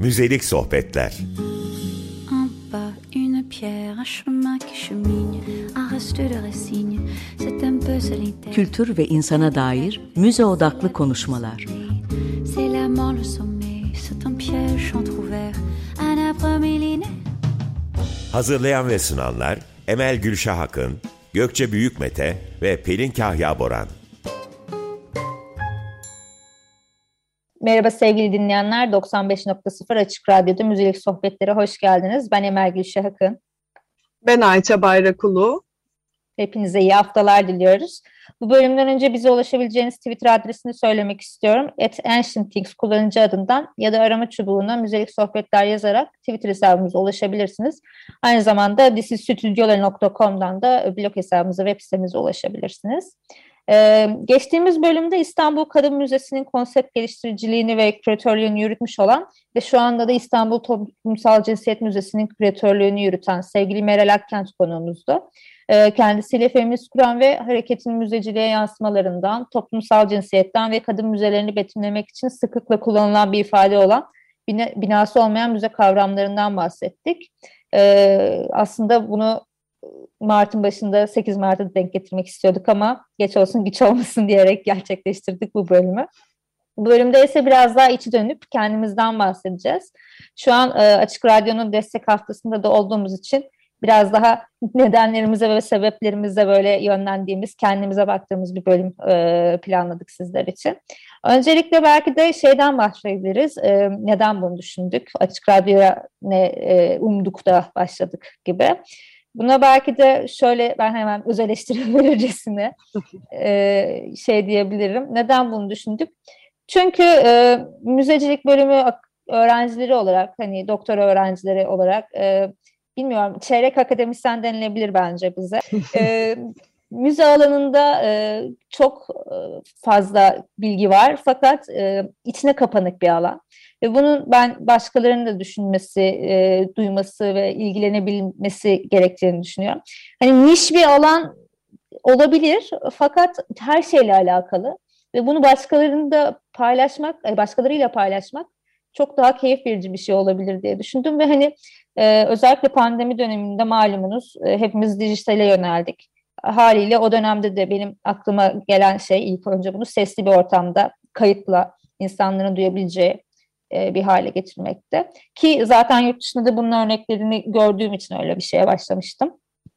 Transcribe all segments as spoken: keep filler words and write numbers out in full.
Müzelik sohbetler. Un pas, une pierre, un chemin qui chemine, un reste de racine, c'est un peu solitaire. Kültür ve insana dair müze odaklı konuşmalar. C'est la mort, le sommet, c'est un piège entrouvert, un arbre millénaire. Hazırlayan ve sunanlar Emel Gülşah Akın, Gökçe Büyükmete ve Pelin Kahya Boran. Merhaba sevgili dinleyenler, doksan beş nokta sıfır Açık Radyo'da Müzelik Sohbetlere hoş geldiniz. Ben Emel Gülşah Akın. Ben Ayça Bayrakulu. Hepinize iyi haftalar diliyoruz. Bu bölümden önce bize ulaşabileceğiniz Twitter adresini söylemek istiyorum. at ancient things kullanıcı adından ya da arama çubuğuna Müzelik Sohbetler yazarak Twitter hesabımıza ulaşabilirsiniz. Aynı zamanda disistüdyolar nokta com'dan da blog hesabımıza, web sitemize ulaşabilirsiniz. Ee, geçtiğimiz bölümde İstanbul Kadın Müzesi'nin konsept geliştiriciliğini ve küratörlüğünü yürütmüş olan ve şu anda da İstanbul Toplumsal Cinsiyet Müzesi'nin küratörlüğünü yürüten sevgili Meral Akkent konuğumuzdu. Ee, kendisiyle feminist kuran ve hareketin müzeciliğe yansımalarından, toplumsal cinsiyetten ve kadın müzelerini betimlemek için sıklıkla kullanılan bir ifade olan bina, binası olmayan müze kavramlarından bahsettik. Ee, aslında bunu Mart'ın başında sekiz Mart'a denk getirmek istiyorduk ama geç olsun güç olmasın diyerek gerçekleştirdik bu bölümü. Bu bölümde ise biraz daha içi dönüp kendimizden bahsedeceğiz. Şu an e, Açık Radyo'nun destek haftasında da olduğumuz için biraz daha nedenlerimize ve sebeplerimize böyle yönlendiğimiz, kendimize baktığımız bir bölüm e, planladık sizler için. Öncelikle belki de şeyden başlayabiliriz. E, neden bunu düşündük? Açık Radyo'ya ne e, umduk da başladık gibi. Buna belki de şöyle ben hemen öz eleştiri verircesine e, şey diyebilirim. Neden bunu düşündük? Çünkü e, müzecilik bölümü öğrencileri olarak, hani doktora öğrencileri olarak, e, bilmiyorum, çeyrek akademisyen denilebilir bence bize. E, müze alanında e, çok fazla bilgi var fakat e, içine kapanık bir alan. Ve bunun ben başkalarının da düşünmesi, e, duyması ve ilgilenebilmesi gerektiğini düşünüyorum. Hani niş bir alan olabilir fakat her şeyle alakalı ve bunu başkalarının da paylaşmak, başkalarıyla paylaşmak çok daha keyif verici bir şey olabilir diye düşündüm ve hani e, özellikle pandemi döneminde malumunuz e, hepimiz dijitale yöneldik. Haliyle o dönemde de benim aklıma gelen şey ilk önce bunu sesli bir ortamda kayıtla insanların duyabileceği bir hale getirmekte. Ki zaten yurt dışında da bunun örneklerini gördüğüm için öyle bir şeye başlamıştım.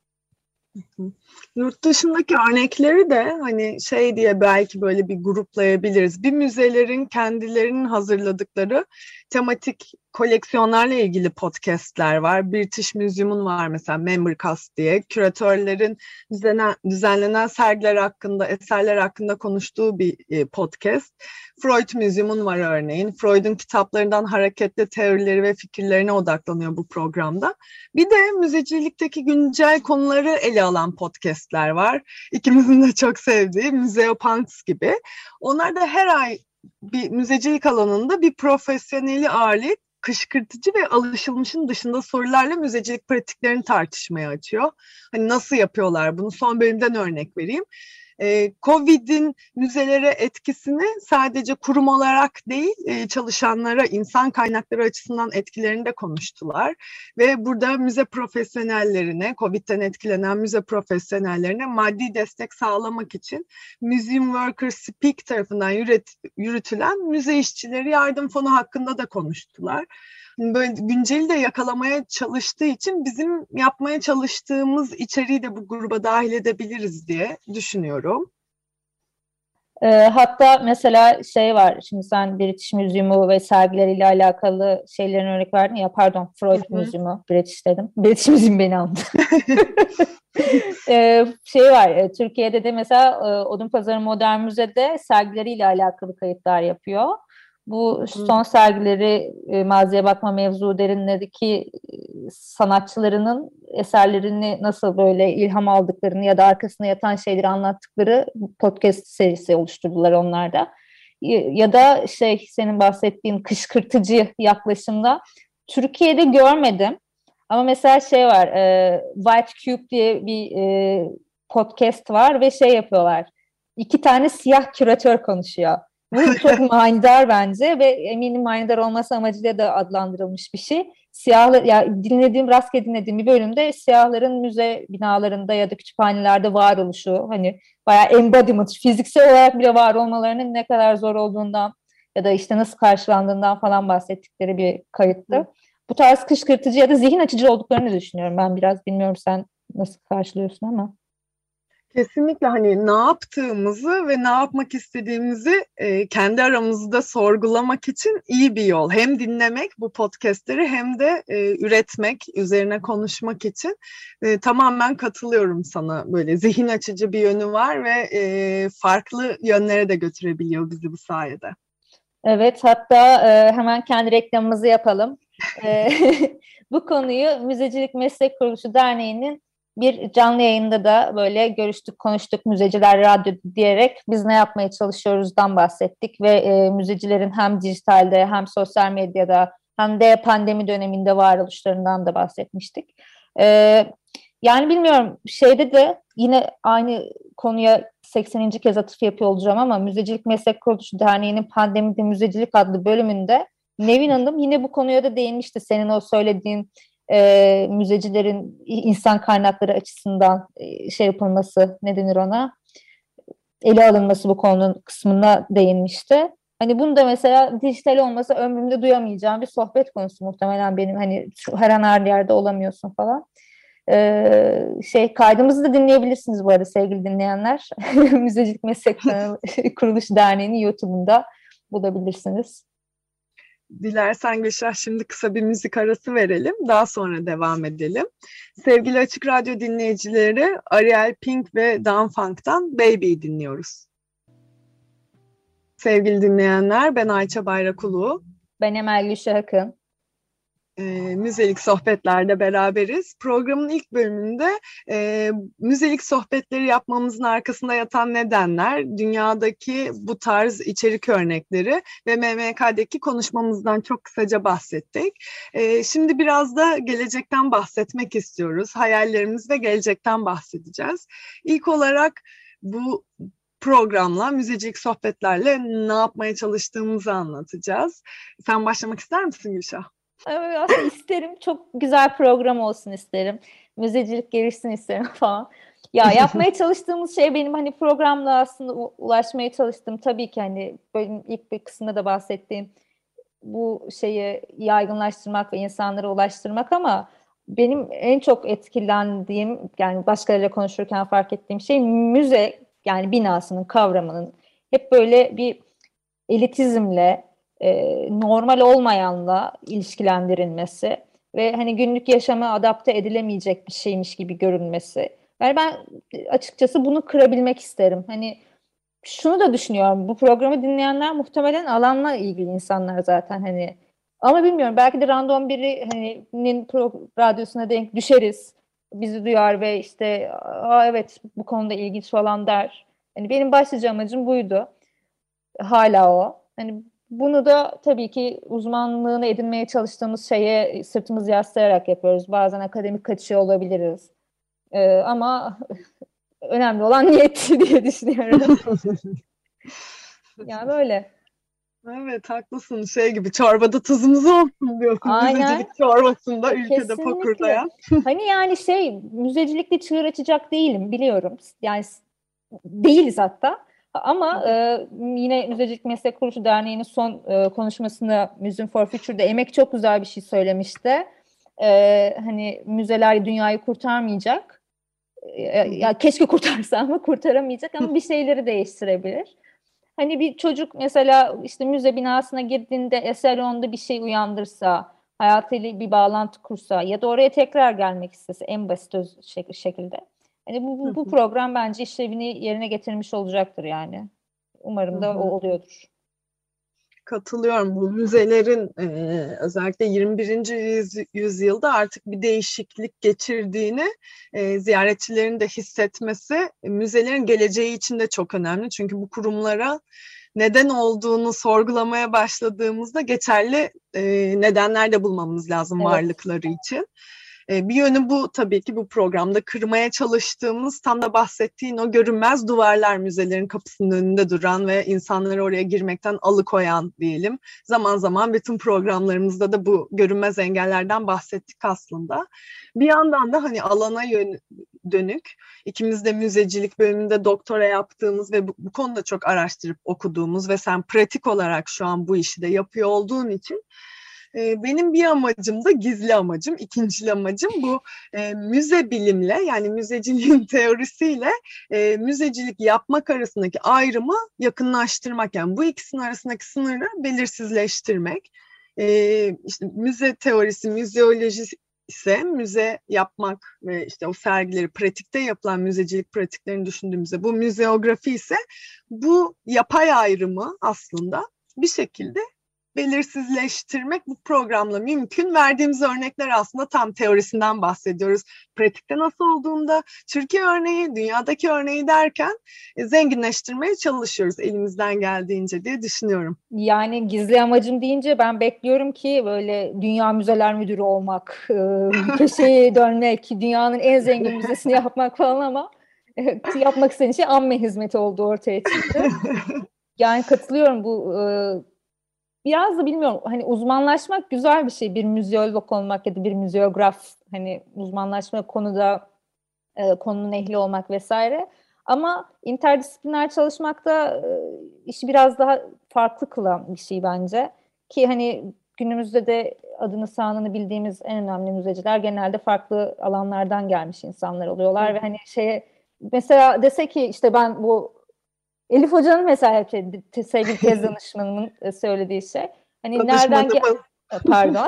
Yurt dışındaki örnekleri de hani şey diye belki böyle bir gruplayabiliriz. Bir müzelerin kendilerinin hazırladıkları tematik koleksiyonlarla ilgili podcastler var. British Museum'un var mesela Membercast diye. Küratörlerin düzenlen, düzenlenen sergiler hakkında, eserler hakkında konuştuğu bir podcast. Freud Museum'un var örneğin. Freud'un kitaplarından hareketli teorileri ve fikirlerine odaklanıyor bu programda. Bir de müzecilikteki güncel konuları ele alan podcastler var. İkimizin de çok sevdiği Museopunks gibi. Onlar da her ay bir müzecilik alanında bir profesyoneli ağırlayıp kışkırtıcı ve alışılmışın dışında sorularla müzecilik pratiklerini tartışmaya açıyor. Hani nasıl yapıyorlar bunu? Son bölümden örnek vereyim. Ee, Covid'in müzelere etkisini sadece kurum olarak değil, e, çalışanlara, insan kaynakları açısından etkilerini de konuştular. Ve burada müze profesyonellerine, Covid'den etkilenen müze profesyonellerine maddi destek sağlamak için Museum Workers Speak tarafından yürüt, yürütülen müze işçileri yardım fonu hakkında da konuştular. Böyle günceli de yakalamaya çalıştığı için bizim yapmaya çalıştığımız içeriği de bu gruba dahil edebiliriz diye düşünüyorum. E, hatta mesela şey var, şimdi sen British Museum'u ve sergileriyle alakalı şeylerin örnek verdin ya, pardon Freud Museum'u, British dedim. British Museum beni aldı. e, şey var, e, Türkiye'de de mesela e, Odunpazarı Modern Müze'de sergileriyle alakalı kayıtlar yapıyor. Bu son sergileri e, Maziye Bakma Mevzu Derinler'deki e, sanatçılarının eserlerini nasıl böyle ilham aldıklarını ya da arkasında yatan şeyleri anlattıkları podcast serisi oluşturdular onlar da. Ya da şey, senin bahsettiğin kışkırtıcı yaklaşımda Türkiye'de görmedim. Ama mesela şey var, e, White Cube diye bir e, podcast var ve şey yapıyorlar. İki tane siyah küratör konuşuyor. Bu çok manidar bence ve eminim manidar olması amacıyla da adlandırılmış bir şey. Siyahlar, ya dinlediğim, rastgele dinlediğim bir bölümde siyahların müze binalarında ya da kütüphanelerde varoluşu, hani bayağı embodiment, fiziksel olarak bile var olmalarının ne kadar zor olduğundan ya da işte nasıl karşılandığından falan bahsettikleri bir kayıttı. Hı. Bu tarz kışkırtıcı ya da zihin açıcı olduklarını düşünüyorum ben biraz. Bilmiyorum sen nasıl karşılıyorsun ama. Kesinlikle hani ne yaptığımızı ve ne yapmak istediğimizi e, kendi aramızda sorgulamak için iyi bir yol. Hem dinlemek bu podcastleri hem de e, üretmek, üzerine konuşmak için e, tamamen katılıyorum sana. Böyle zihin açıcı bir yönü var ve e, farklı yönlere de götürebiliyor bizi bu sayede. Evet, hatta e, hemen kendi reklamımızı yapalım. E, bu konuyu Müzecilik Meslek Kuruluşu Derneği'nin bir canlı yayında da böyle görüştük, konuştuk, müzeciler radyo diyerek biz ne yapmaya çalışıyoruzdan bahsettik ve e, müzecilerin hem dijitalde hem sosyal medyada hem de pandemi döneminde varoluşlarından da bahsetmiştik. E, yani bilmiyorum, şeyde de yine aynı konuya sekseninci kez atıf yapıyor olacağım ama Müzecilik Meslek Kuruluşu Derneği'nin Pandemide Müzecilik adlı bölümünde Nevin Hanım yine bu konuya da değinmişti. Senin o söylediğin e, müzecilerin insan kaynakları açısından e, şey yapılması, ne denir ona, ele alınması bu konunun kısmına değinmişti. Hani bunu da mesela dijital olmasa ömrümde duyamayacağım bir sohbet konusu muhtemelen benim. Hani her an her yerde olamıyorsun falan. Ee, şey kaydımızı da dinleyebilirsiniz bu arada sevgili dinleyenler. Müzecilik Meslek Kuruluşu Derneği'nin YouTube'unda bulabilirsiniz. Dilersen Gülşah şimdi kısa bir müzik arası verelim. Daha sonra devam edelim. Sevgili Açık Radyo dinleyicileri, Ariel Pink ve Dan Funk'tan Baby'yi dinliyoruz. Sevgili dinleyenler, ben Ayça Bayrakulu. Ben Emel Gülşah Akın. E, müzelik sohbetlerde beraberiz. Programın ilk bölümünde e, müzelik sohbetleri yapmamızın arkasında yatan nedenler, dünyadaki bu tarz içerik örnekleri ve M M K'deki konuşmamızdan çok kısaca bahsettik. E, şimdi biraz da gelecekten bahsetmek istiyoruz. Hayallerimiz ve gelecekten bahsedeceğiz. İlk olarak bu programla, müzecilik sohbetlerle ne yapmaya çalıştığımızı anlatacağız. Sen başlamak ister misin Gülşah? Evet, aslında isterim. Çok güzel program olsun isterim. Müzecilik gelişsin isterim falan. Ya yapmaya çalıştığımız şey benim hani programla aslında ulaşmaya çalıştığım tabii ki hani bölüm ilk bir kısmında da bahsettiğim bu şeyi yaygınlaştırmak ve insanlara ulaştırmak ama benim en çok etkilendiğim yani başkalarıyla konuşurken fark ettiğim şey müze yani binasının kavramının hep böyle bir elitizmle E, normal olmayanla ilişkilendirilmesi ve hani günlük yaşama adapte edilemeyecek bir şeymiş gibi görünmesi. Yani ben açıkçası bunu kırabilmek isterim. Hani şunu da düşünüyorum. Bu programı dinleyenler muhtemelen alanla ilgili insanlar zaten hani. Ama bilmiyorum. Belki de random biri hani radyosuna denk düşeriz. Bizi duyar ve işte aa evet bu konuda ilginç falan der. Hani benim başlıca amacım buydu. Hala o. Hani bunu da tabii ki uzmanlığını edinmeye çalıştığımız şeye sırtımızı yaslayarak yapıyoruz. Bazen akademik kaçıyor olabiliriz. Ee, ama önemli olan niyet diye düşünüyorum. Yani böyle. Evet haklısın. Şey gibi çorbada tuzumuz olsun diyorsun. Aynen. Müzecilik çorbasında ülkede Kesinlikle. fokurdayan. Hani yani şey müzecilikle çığır açacak değilim biliyorum. Yani değiliz hatta. Ama e, yine Müzecilik Meslek Kuruluşu Derneği'nin son e, konuşmasında Museum for Future'da Emek çok güzel bir şey söylemişti. E, hani müzeler dünyayı kurtarmayacak. E, ya keşke kurtarsa ama kurtaramayacak ama bir şeyleri değiştirebilir. Hani bir çocuk mesela işte müze binasına girdiğinde eser onda bir şey uyandırsa, hayatıyla bir bağlantı kursa ya da oraya tekrar gelmek istese en basit öz şekilde. Yani bu, bu, bu program bence işlevini yerine getirmiş olacaktır yani. Umarım da o oluyordur. Katılıyorum. Bu müzelerin e, özellikle yirmi birinci yüzyılda artık bir değişiklik geçirdiğini e, ziyaretçilerin de hissetmesi e, müzelerin geleceği için de çok önemli. Çünkü bu kurumlara neden olduğunu sorgulamaya başladığımızda geçerli e, nedenler de bulmamız lazım evet. varlıkları için. E, bir yönü bu tabii ki bu programda kırmaya çalıştığımız tam da bahsettiğin o görünmez duvarlar, müzelerin kapısının önünde duran ve insanları oraya girmekten alıkoyan diyelim. Zaman zaman bütün programlarımızda da bu görünmez engellerden bahsettik aslında. Bir yandan da hani alana yön, dönük, ikimiz de müzecilik bölümünde doktora yaptığımız ve bu, bu konuda çok araştırıp okuduğumuz ve sen pratik olarak şu an bu işi de yapıyor olduğun için e, benim bir amacım da gizli amacım, ikincil amacım bu e, müze bilimle, yani müzeciliğin teorisiyle e, müzecilik yapmak arasındaki ayrımı yakınlaştırmak, yani bu ikisinin arasındaki sınırı belirsizleştirmek. E, işte müze teorisi, müzeoloji ise müze yapmak ve işte o sergileri, pratikte yapılan müzecilik pratiklerini düşündüğümüzde bu müzeografi ise bu yapay ayrımı aslında bir şekilde belirsizleştirmek bu programla mümkün. Verdiğimiz örnekler aslında tam teorisinden bahsediyoruz. Pratikte nasıl olduğunda Türkiye örneği, dünyadaki örneği derken e, zenginleştirmeye çalışıyoruz elimizden geldiğince diye düşünüyorum. Yani gizli amacım deyince ben bekliyorum ki böyle Dünya Müzeler Müdürü olmak, köşeye dönmek, dünyanın en zengin müzesini yapmak falan, ama yapmak istediğin şey amme hizmeti olduğu ortaya çıktı. Yani katılıyorum bu. Biraz da bilmiyorum, hani uzmanlaşmak güzel bir şey, bir müzeolog olmak ya da bir müzeograf, hani uzmanlaşma konuda e, konunun ehli olmak vesaire, ama interdisipliner çalışmak da e, işi biraz daha farklı kılan bir şey bence, ki hani günümüzde de adını sanını bildiğimiz en önemli müzeciler genelde farklı alanlardan gelmiş insanlar oluyorlar. Hı. Ve hani şeye mesela dese ki işte ben bu Elif Hoca'nın mesela sevgili tez danışmanımın söylediği şey. Hani nereden gel- pardon.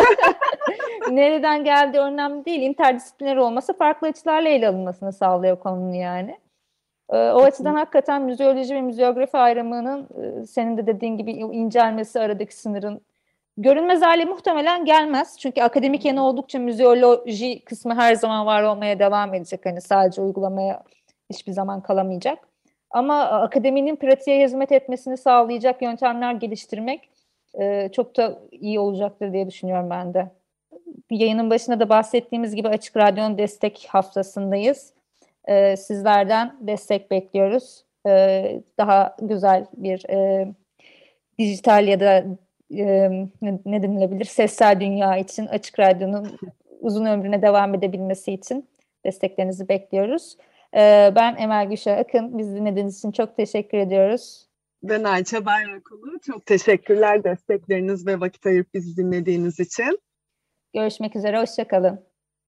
Nereden geldiği önemli değil. İnterdisipliner olması farklı açılarla ele alınmasını sağlıyor konunun yani. O açıdan hakikaten müzeoloji ve müzeografi ayrımının senin de dediğin gibi incelmesi, aradaki sınırın görünmez hale muhtemelen gelmez. Çünkü akademik yanı oldukça müzeoloji kısmı her zaman var olmaya devam edecek. Hani sadece uygulamaya hiçbir zaman kalamayacak. Ama akademinin pratiğe hizmet etmesini sağlayacak yöntemler geliştirmek e, çok da iyi olacaktır diye düşünüyorum ben de. Yayının başında da bahsettiğimiz gibi Açık Radyo'nun destek haftasındayız. E, sizlerden destek bekliyoruz. E, daha güzel bir e, dijital ya da e, ne, ne denilebilir, sessel dünya için, Açık Radyo'nun uzun ömrüne devam edebilmesi için desteklerinizi bekliyoruz. Ben Emel Gülşah Akın. Bizi dinlediğiniz için çok teşekkür ediyoruz. Ben Ayça Bayrakulu. Çok teşekkürler destekleriniz ve vakit ayırıp bizi dinlediğiniz için. Görüşmek üzere. Hoşça kalın.